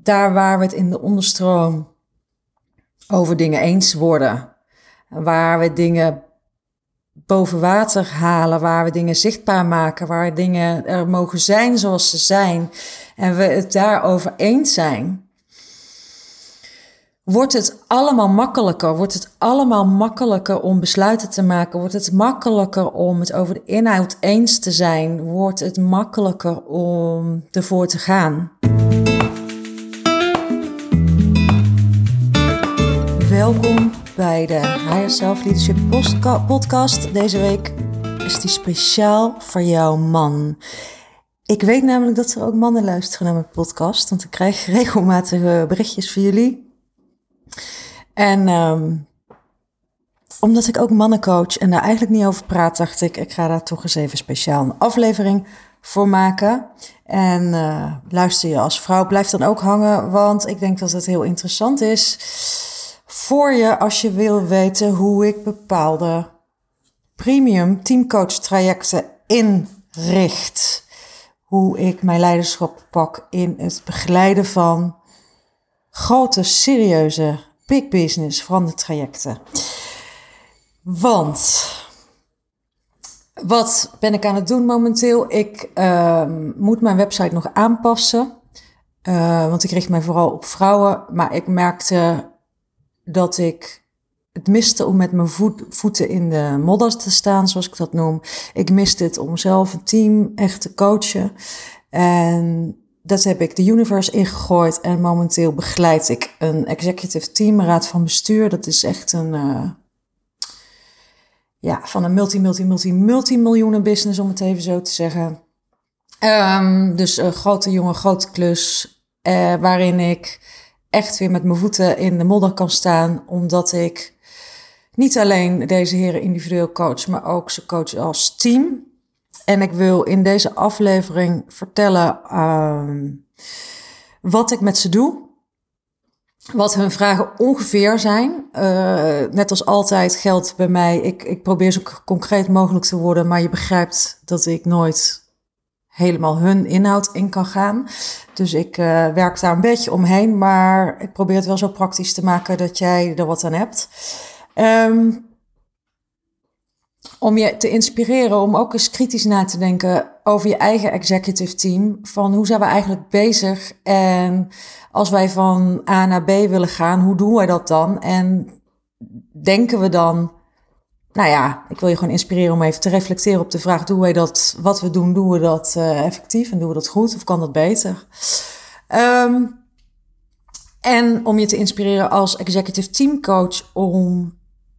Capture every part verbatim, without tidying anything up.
daar waar we het in de onderstroom over dingen eens worden, waar we dingen boven water halen, waar we dingen zichtbaar maken, waar dingen er mogen zijn zoals ze zijn en we het daarover eens zijn, wordt het allemaal makkelijker, wordt het allemaal makkelijker om besluiten te maken, wordt het makkelijker om het over de inhoud eens te zijn, wordt het makkelijker om ervoor te gaan. Welkom bij de Higher Self Leadership podcast. Deze week is die speciaal voor jouw man. Ik weet namelijk dat er ook mannen luisteren naar mijn podcast, want ik krijg regelmatig berichtjes van jullie. En um, omdat ik ook mannen coach en daar eigenlijk niet over praat, dacht ik, ik ga daar toch eens even speciaal een aflevering voor maken. En uh, luister je als vrouw, blijf dan ook hangen, want ik denk dat het heel interessant is voor je als je wil weten hoe ik bepaalde premium teamcoach trajecten inricht. Hoe ik mijn leiderschap pak in het begeleiden van grote, serieuze, big business verandertrajecten. Want wat ben ik aan het doen momenteel? Ik uh, moet mijn website nog aanpassen. Uh, want ik richt mij vooral op vrouwen. Maar ik merkte dat ik het miste om met mijn voet, voeten in de modder te staan, zoals ik dat noem. Ik miste het om zelf een team echt te coachen. En dat heb ik de universe ingegooid. En momenteel begeleid ik een executive team, een raad van bestuur. Dat is echt een, uh, ja, van een multi, multi, multi, multimiljoenen business, om het even zo te zeggen. Um, dus een grote jongen, grote klus, uh, waarin ik echt weer met mijn voeten in de modder kan staan, omdat ik niet alleen deze heren individueel coach, maar ook ze coach als team. En ik wil in deze aflevering vertellen uh, wat ik met ze doe, wat hun vragen ongeveer zijn. Uh, net als altijd geldt bij mij, ik, ik probeer zo concreet mogelijk te worden, maar je begrijpt dat ik nooit helemaal hun inhoud in kan gaan. Dus ik uh, werk daar een beetje omheen, maar ik probeer het wel zo praktisch te maken dat jij er wat aan hebt. Um, om je te inspireren, om ook eens kritisch na te denken over je eigen executive team. Van hoe zijn we eigenlijk bezig? En als wij van A naar B willen gaan, hoe doen wij dat dan? En denken we dan, nou ja, ik wil je gewoon inspireren om even te reflecteren op de vraag, doen wij dat, wat we doen, doen we dat uh, effectief en doen we dat goed of kan dat beter? Um, en om je te inspireren als executive team coach om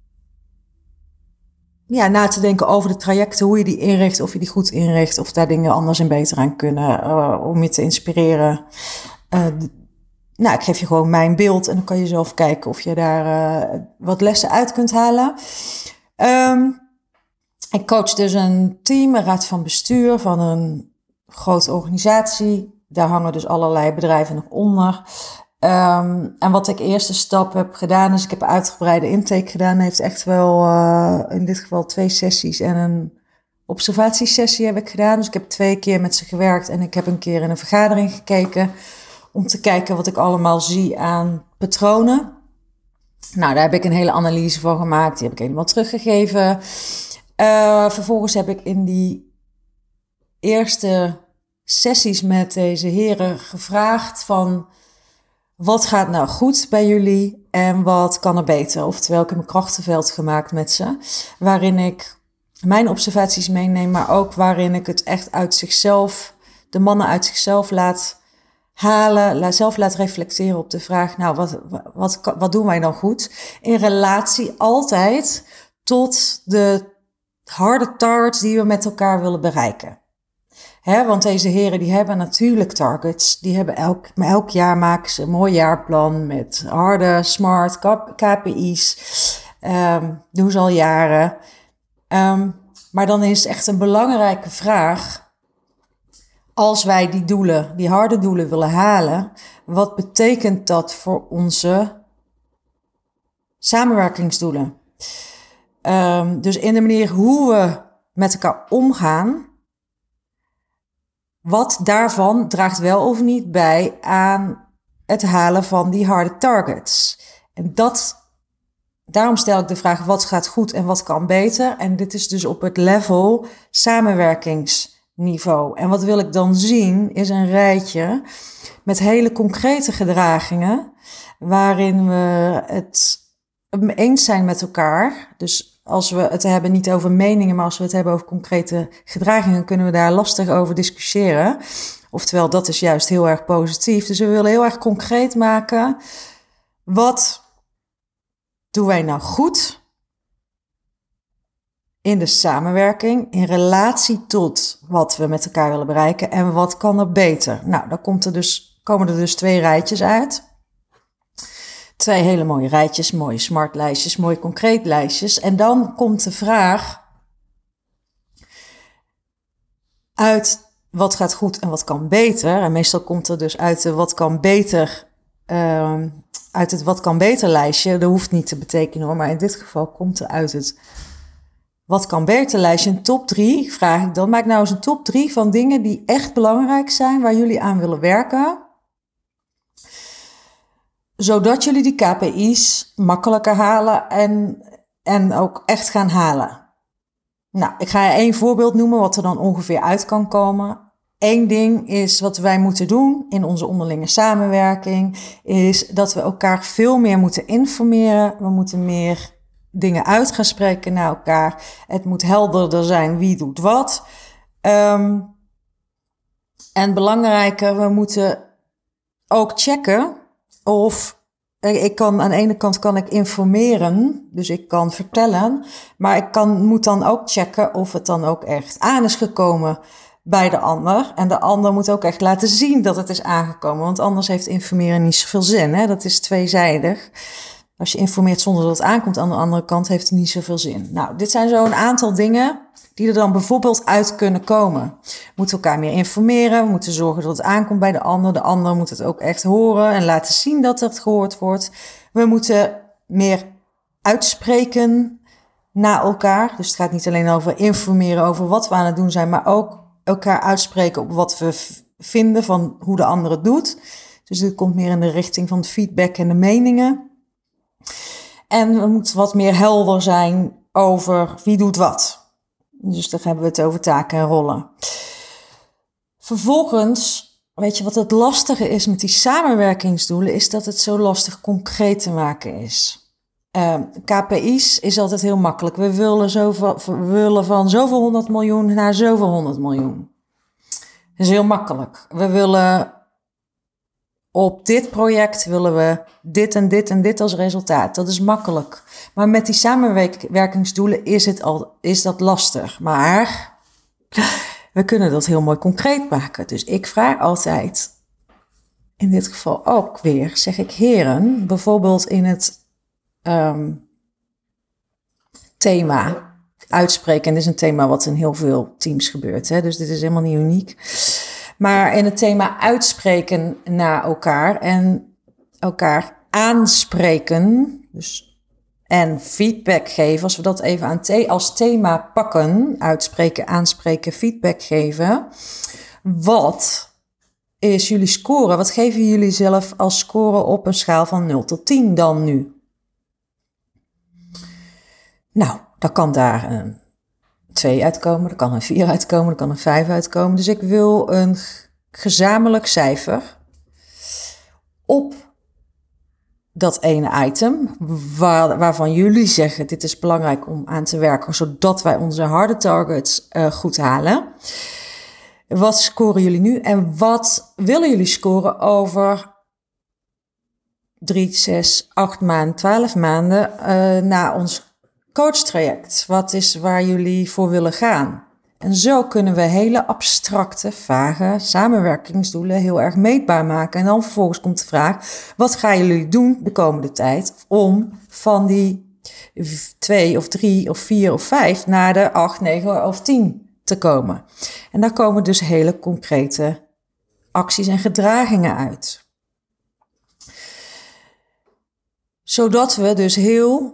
ja, na te denken over de trajecten, hoe je die inricht, of je die goed inricht, of daar dingen anders en beter aan kunnen, uh, om je te inspireren. Uh, nou, ik geef je gewoon mijn beeld en dan kan je zelf kijken of je daar uh, wat lessen uit kunt halen. Um, ik coach dus een team, een raad van bestuur van een grote organisatie. Daar hangen dus allerlei bedrijven nog onder. Um, en wat ik eerste stap heb gedaan, is ik heb een uitgebreide intake gedaan. Heeft echt wel uh, in dit geval twee sessies en een observatiesessie heb ik gedaan. Dus ik heb twee keer met ze gewerkt en ik heb een keer in een vergadering gekeken om te kijken wat ik allemaal zie aan patronen. Nou, daar heb ik een hele analyse van gemaakt. Die heb ik helemaal teruggegeven. Uh, vervolgens heb ik in die eerste sessies met deze heren gevraagd van, wat gaat nou goed bij jullie en wat kan er beter? Oftewel, ik heb een krachtenveld gemaakt met ze, waarin ik mijn observaties meeneem, maar ook waarin ik het echt uit zichzelf, de mannen uit zichzelf laat halen, zelf laat reflecteren op de vraag, nou, wat, wat, wat doen wij dan goed? In relatie altijd tot de harde targets die we met elkaar willen bereiken. He, want deze heren die hebben natuurlijk targets. Die hebben elk, elk jaar maken ze een mooi jaarplan met harde, smart K P I's. Um, doen ze al jaren. Um, maar dan is echt een belangrijke vraag, als wij die doelen, die harde doelen willen halen, wat betekent dat voor onze samenwerkingsdoelen? Um, dus in de manier hoe we met elkaar omgaan, wat daarvan draagt wel of niet bij aan het halen van die harde targets. En dat, daarom stel ik de vraag, wat gaat goed en wat kan beter? En dit is dus op het level samenwerkingsniveau. En wat wil ik dan zien, is een rijtje met hele concrete gedragingen, waarin we het eens zijn met elkaar. Dus als we het hebben niet over meningen, maar als we het hebben over concrete gedragingen, kunnen we daar lastig over discussiëren. Oftewel, dat is juist heel erg positief. Dus we willen heel erg concreet maken. Wat doen wij nou goed in de samenwerking, in relatie tot wat we met elkaar willen bereiken en wat kan er beter? Nou, dan komt er dus, komen er dus twee rijtjes uit. Twee hele mooie rijtjes, mooie smart lijstjes, mooie concreet lijstjes. En dan komt de vraag uit wat gaat goed en wat kan beter. En meestal komt er dus uit de wat kan beter, uh, uit het wat kan beter lijstje. Dat hoeft niet te betekenen hoor, maar in dit geval komt er uit het wat kan beter lijstje. Een top drie, vraag ik dan. Maak nou eens een top drie van dingen die echt belangrijk zijn, waar jullie aan willen werken, zodat jullie die K P I's makkelijker halen en, en ook echt gaan halen. Nou, ik ga je één voorbeeld noemen wat er dan ongeveer uit kan komen. Eén ding is wat wij moeten doen in onze onderlinge samenwerking, is dat we elkaar veel meer moeten informeren. We moeten meer dingen uit gaan spreken naar elkaar. Het moet helderder zijn wie doet wat. Um, en belangrijker, we moeten ook checken of ik kan aan de ene kant kan ik informeren, dus ik kan vertellen, maar ik kan, moet dan ook checken of het dan ook echt aan is gekomen bij de ander. En de ander moet ook echt laten zien dat het is aangekomen, want anders heeft informeren niet zoveel zin. Hè? Dat is tweezijdig. Als je informeert zonder dat het aankomt aan de andere kant, heeft het niet zoveel zin. Nou, dit zijn zo een aantal dingen die er dan bijvoorbeeld uit kunnen komen. We moeten elkaar meer informeren, we moeten zorgen dat het aankomt bij de ander. De ander moet het ook echt horen en laten zien dat het gehoord wordt. We moeten meer uitspreken naar elkaar. Dus het gaat niet alleen over informeren over wat we aan het doen zijn, maar ook elkaar uitspreken op wat we v- vinden van hoe de ander het doet. Dus dit komt meer in de richting van het feedback en de meningen. En we moeten wat meer helder zijn over wie doet wat. Dus dan hebben we het over taken en rollen. Vervolgens, weet je wat het lastige is met die samenwerkingsdoelen, is dat het zo lastig concreet te maken is. Uh, K P I's is altijd heel makkelijk. We willen, zoveel, we willen van zoveel honderd miljoen naar zoveel honderd miljoen. Dat is heel makkelijk. We willen op dit project willen we dit en dit en dit als resultaat. Dat is makkelijk. Maar met die samenwerkingsdoelen is, het al, is dat lastig. Maar we kunnen dat heel mooi concreet maken. Dus ik vraag altijd, in dit geval ook weer, zeg ik heren, bijvoorbeeld in het um, thema uitspreken. En dit is een thema wat in heel veel teams gebeurt. Hè? Dus dit is helemaal niet uniek. Maar in het thema uitspreken naar elkaar en elkaar aanspreken, dus en feedback geven, als we dat even aan the- als thema pakken, uitspreken, aanspreken, feedback geven. Wat is jullie score? Wat geven jullie zelf als score op een schaal van nul tot tien dan nu? Nou, dan kan daar een twee uitkomen, er kan een vier uitkomen, er kan een vijf uitkomen. Dus ik wil een gezamenlijk cijfer op dat ene item, waar, waarvan jullie zeggen, dit is belangrijk om aan te werken, zodat wij onze harde targets uh, goed halen. Wat scoren jullie nu en wat willen jullie scoren over drie, zes, acht maanden, twaalf maanden uh, na ons coachtraject? Wat is waar jullie voor willen gaan? En zo kunnen we hele abstracte, vage samenwerkingsdoelen heel erg meetbaar maken. En dan vervolgens komt de vraag, wat gaan jullie doen de komende tijd om van die twee of drie of vier of vijf naar de acht, negen of tien te komen? En daar komen dus hele concrete acties en gedragingen uit. Zodat we dus heel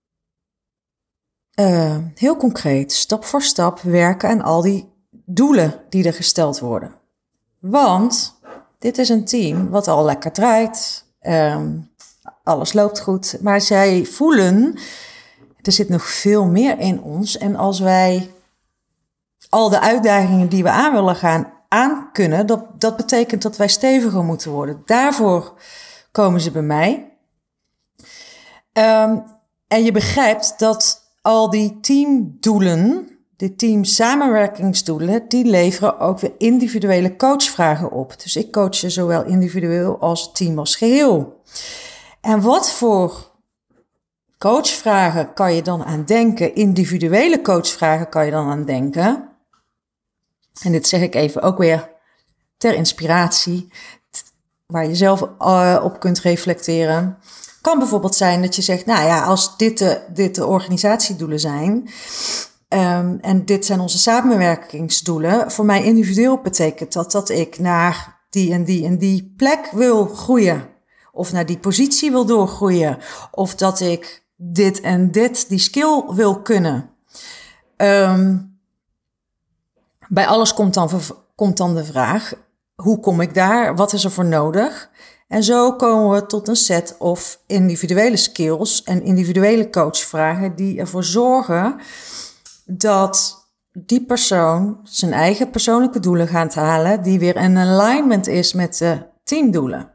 Uh, heel concreet, stap voor stap werken aan al die doelen die er gesteld worden. Want dit is een team wat al lekker draait. Um, alles loopt goed. Maar zij voelen, er zit nog veel meer in ons. En als wij al de uitdagingen die we aan willen gaan aankunnen, dat, dat betekent dat wij steviger moeten worden. Daarvoor komen ze bij mij. Um, en je begrijpt dat al die teamdoelen, die team samenwerkingsdoelen, die leveren ook weer individuele coachvragen op. Dus ik coach je zowel individueel als team als geheel. En wat voor coachvragen kan je dan aan denken? Individuele coachvragen kan je dan aan denken. En dit zeg ik even ook weer ter inspiratie, waar je zelf uh, op kunt reflecteren. Kan bijvoorbeeld zijn dat je zegt, nou ja, als dit de, dit de organisatiedoelen zijn, um, en dit zijn onze samenwerkingsdoelen, voor mij individueel betekent dat dat ik naar die en die en die plek wil groeien. Of naar die positie wil doorgroeien. Of dat ik dit en dit, die skill wil kunnen. Um, bij alles komt dan, komt dan de vraag, hoe kom ik daar? Wat is er voor nodig? En zo komen we tot een set of individuele skills en individuele coachvragen die ervoor zorgen dat die persoon zijn eigen persoonlijke doelen gaat halen, die weer in alignment is met de teamdoelen.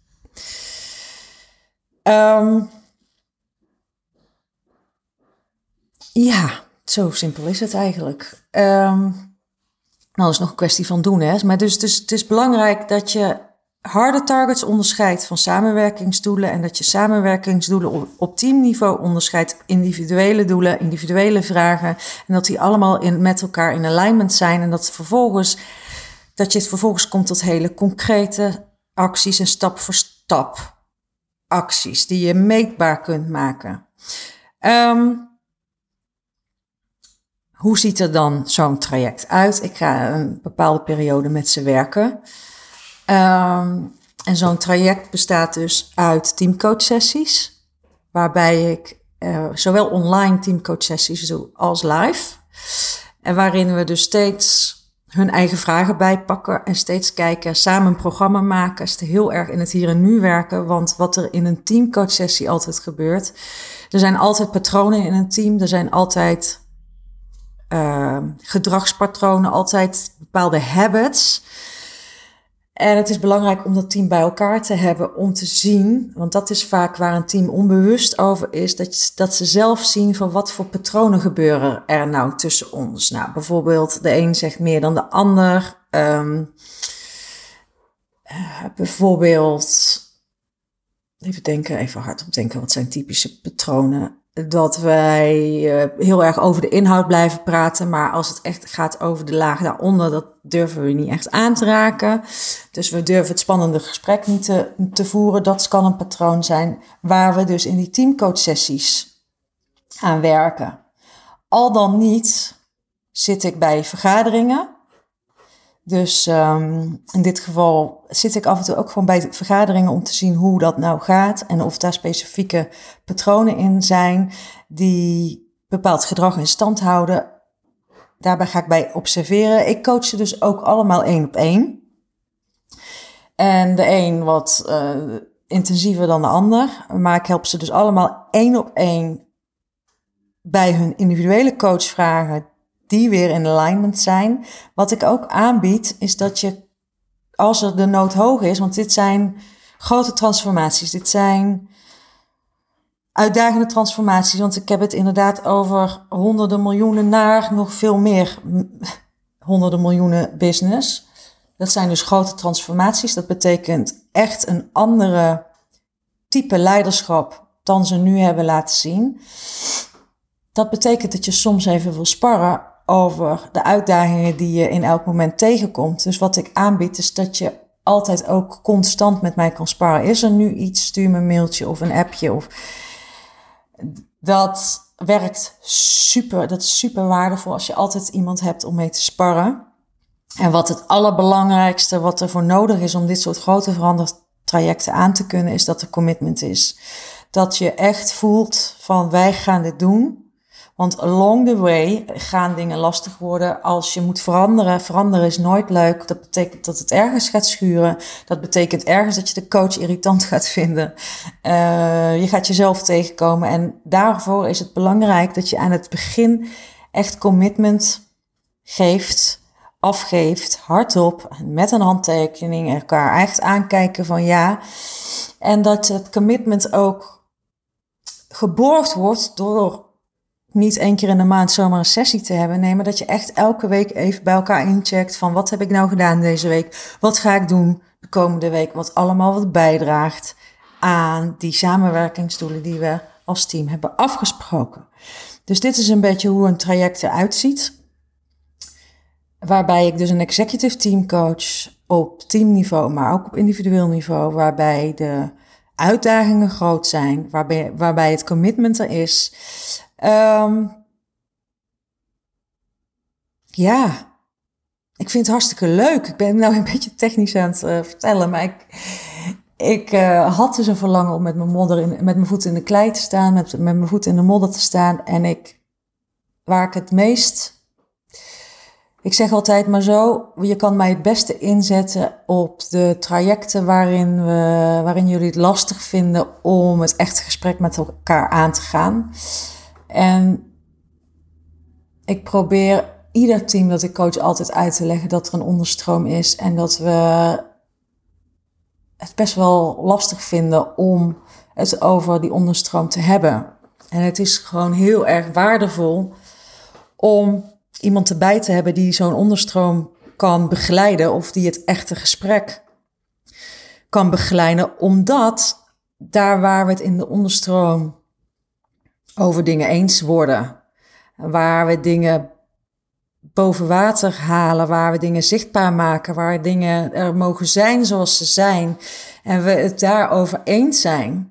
Um, ja, zo simpel is het eigenlijk. Um, nou, dat is nog een kwestie van doen, hè. Maar dus, dus het is belangrijk dat je harde targets onderscheidt van samenwerkingsdoelen en dat je samenwerkingsdoelen op, op teamniveau onderscheidt, individuele doelen, individuele vragen, en dat die allemaal in, met elkaar in alignment zijn en dat vervolgens dat je het vervolgens komt tot hele concrete acties en stap voor stap acties die je meetbaar kunt maken. Um, hoe ziet er dan zo'n traject uit? Ik ga een bepaalde periode met ze werken. Um, en zo'n traject bestaat dus uit teamcoachsessies, waarbij ik uh, zowel online teamcoachsessies doe als live. En waarin we dus steeds hun eigen vragen bijpakken en steeds kijken, samen een programma maken, is heel erg in het hier en nu werken. Want wat er in een teamcoachsessie altijd gebeurt, er zijn altijd patronen in een team, er zijn altijd uh, gedragspatronen, altijd bepaalde habits. En het is belangrijk om dat team bij elkaar te hebben om te zien, want dat is vaak waar een team onbewust over is, dat, dat ze zelf zien van wat voor patronen gebeuren er nou tussen ons. Nou, bijvoorbeeld de een zegt meer dan de ander. Um, uh, bijvoorbeeld, even denken, even hardop denken, wat zijn typische patronen? Dat wij uh, heel erg over de inhoud blijven praten, maar als het echt gaat over de laag daaronder, dat durven we niet echt aan te raken. Dus we durven het spannende gesprek niet te, te voeren. Dat kan een patroon zijn waar we dus in die teamcoachsessies aan werken. Al dan niet zit ik bij vergaderingen. Dus um, in dit geval zit ik af en toe ook gewoon bij vergaderingen om te zien hoe dat nou gaat en of daar specifieke patronen in zijn die bepaald gedrag in stand houden. Daarbij ga ik bij observeren. Ik coach ze dus ook allemaal één op één. En de een wat uh, intensiever dan de ander, maar ik help ze dus allemaal één op één bij hun individuele coachvragen die weer in alignment zijn. Wat ik ook aanbied, is dat je, als er de nood hoog is, want dit zijn grote transformaties, dit zijn uitdagende transformaties, want ik heb het inderdaad over honderden miljoenen naar nog veel meer honderden miljoenen business. Dat zijn dus grote transformaties. Dat betekent echt een andere type leiderschap dan ze nu hebben laten zien. Dat betekent dat je soms even wil sparren over de uitdagingen die je in elk moment tegenkomt. Dus wat ik aanbied is dat je altijd ook constant met mij kan sparren. Is er nu iets, stuur me een mailtje of een appje. Of dat werkt super, dat is super waardevol als je altijd iemand hebt om mee te sparren. En wat het allerbelangrijkste wat er voor nodig is om dit soort grote verandertrajecten aan te kunnen, is dat er commitment is. Dat je echt voelt van wij gaan dit doen. Want along the way gaan dingen lastig worden als je moet veranderen. Veranderen is nooit leuk. Dat betekent dat het ergens gaat schuren. Dat betekent ergens dat je de coach irritant gaat vinden. Uh, je gaat jezelf tegenkomen. En daarvoor is het belangrijk dat je aan het begin echt commitment geeft, afgeeft, hardop, met een handtekening, elkaar echt aankijken van ja. En dat het commitment ook geborgd wordt door niet één keer in de maand zomaar een sessie te hebben. Nee, maar dat je echt elke week even bij elkaar incheckt van wat heb ik nou gedaan deze week? Wat ga ik doen de komende week? Wat allemaal wat bijdraagt aan die samenwerkingsdoelen die we als team hebben afgesproken. Dus dit is een beetje hoe een traject eruit ziet. Waarbij ik dus een executive teamcoach op teamniveau, maar ook op individueel niveau, waarbij de uitdagingen groot zijn, waarbij, waarbij het commitment er is. Um, ja, ik vind het hartstikke leuk. Ik ben nou een beetje technisch aan het uh, vertellen, maar ik, ik uh, had dus een verlangen om met mijn, modder in, met mijn voet in de klei te staan, met, met mijn voet in de modder te staan. En ik, waar ik het meest... Ik zeg altijd maar zo, je kan mij het beste inzetten op de trajecten waarin, we, waarin jullie het lastig vinden om het echte gesprek met elkaar aan te gaan. En ik probeer ieder team dat ik coach altijd uit te leggen dat er een onderstroom is en dat we het best wel lastig vinden om het over die onderstroom te hebben. En het is gewoon heel erg waardevol om iemand erbij te hebben die zo'n onderstroom kan begeleiden of die het echte gesprek kan begeleiden. Omdat daar waar we het in de onderstroom over dingen eens worden, waar we dingen boven water halen, waar we dingen zichtbaar maken, waar dingen er mogen zijn zoals ze zijn en we het daarover eens zijn,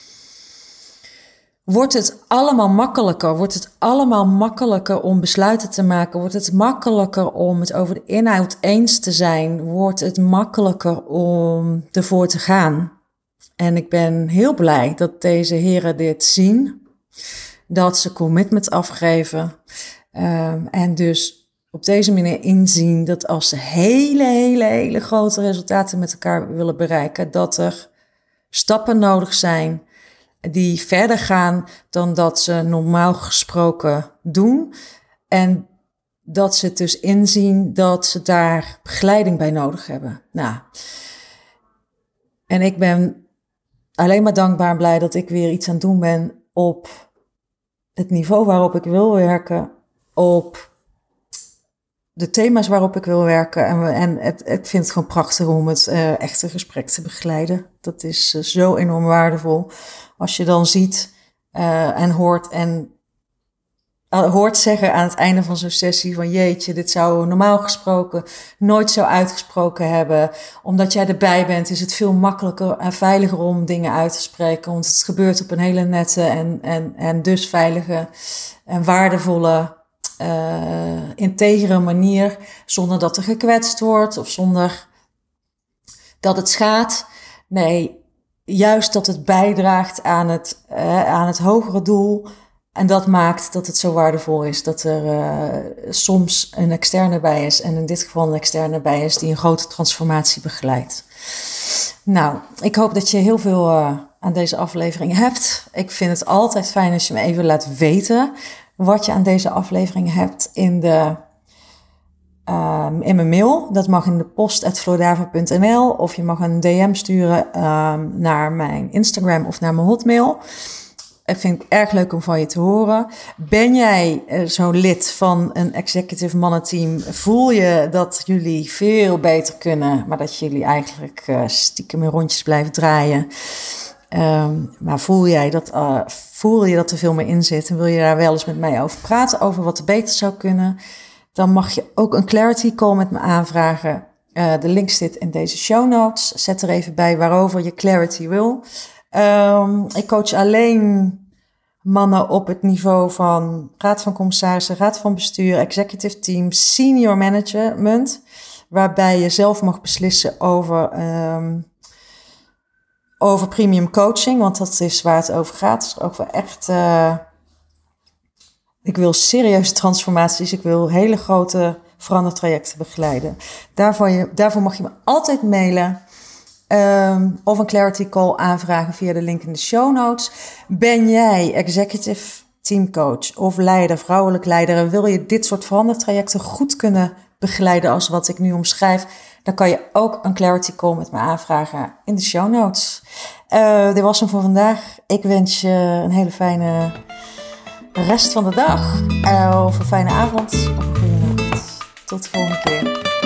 wordt het allemaal makkelijker, wordt het allemaal makkelijker om besluiten te maken, wordt het makkelijker om het over de inhoud eens te zijn, wordt het makkelijker om ervoor te gaan. En ik ben heel blij dat deze heren dit zien, dat ze commitment afgeven um, en dus op deze manier inzien dat als ze hele, hele, hele grote resultaten met elkaar willen bereiken, dat er stappen nodig zijn die verder gaan dan dat ze normaal gesproken doen. En dat ze dus inzien dat ze daar begeleiding bij nodig hebben. Nou, en ik ben alleen maar dankbaar en blij dat ik weer iets aan het doen ben op het niveau waarop ik wil werken, op de thema's waarop ik wil werken. En, en het, ik vind het gewoon prachtig om het uh, echte gesprek te begeleiden. Dat is uh, zo enorm waardevol. Als je dan ziet uh, en hoort en uh, hoort zeggen aan het einde van zo'n sessie van jeetje, dit zou we normaal gesproken nooit zo uitgesproken hebben. Omdat jij erbij bent is het veel makkelijker en veiliger om dingen uit te spreken. Want het gebeurt op een hele nette en, en, en dus veilige en waardevolle Uh, integere manier, zonder dat er gekwetst wordt of zonder dat het schaadt. Nee, juist dat het bijdraagt aan het, uh, aan het hogere doel. En dat maakt dat het zo waardevol is dat er uh, soms een externe bij is. En in dit geval een externe bij is die een grote transformatie begeleidt. Nou, ik hoop dat je heel veel uh, aan deze aflevering hebt. Ik vind het altijd fijn als je me even laat weten wat je aan deze aflevering hebt in, de, um, in mijn mail. Dat mag in de post at flodava punt n l of je mag een D M sturen um, naar mijn Instagram of naar mijn Hotmail. Ik vind het erg leuk om van je te horen. Ben jij uh, zo'n lid van een executive mannenteam? Voel je dat jullie veel beter kunnen, maar dat jullie eigenlijk uh, stiekem in rondjes blijven draaien? Um, maar voel jij dat, uh, voel je dat er veel meer in zit en wil je daar wel eens met mij over praten, over wat er beter zou kunnen, dan mag je ook een clarity call met me aanvragen. Uh, de link zit in deze show notes. Zet er even bij waarover je clarity wil. Um, ik coach alleen mannen op het niveau van raad van commissarissen, raad van bestuur, executive team, senior management, waarbij je zelf mag beslissen over Um, over premium coaching, want dat is waar het over gaat. Dus over echt uh, Ik wil serieuze transformaties. Ik wil hele grote verandertrajecten begeleiden. Daarvoor, je, daarvoor mag je me altijd mailen. Um, of een clarity call aanvragen via de link in de show notes. Ben jij executive teamcoach of leider, vrouwelijk leider, en wil je dit soort verandertrajecten goed kunnen begeleiden als wat ik nu omschrijf, dan kan je ook een clarity call met me aanvragen in de show notes. Uh, dit was hem voor vandaag. Ik wens je een hele fijne rest van de dag. Uh, of een fijne avond of een goede nacht. Tot de volgende keer.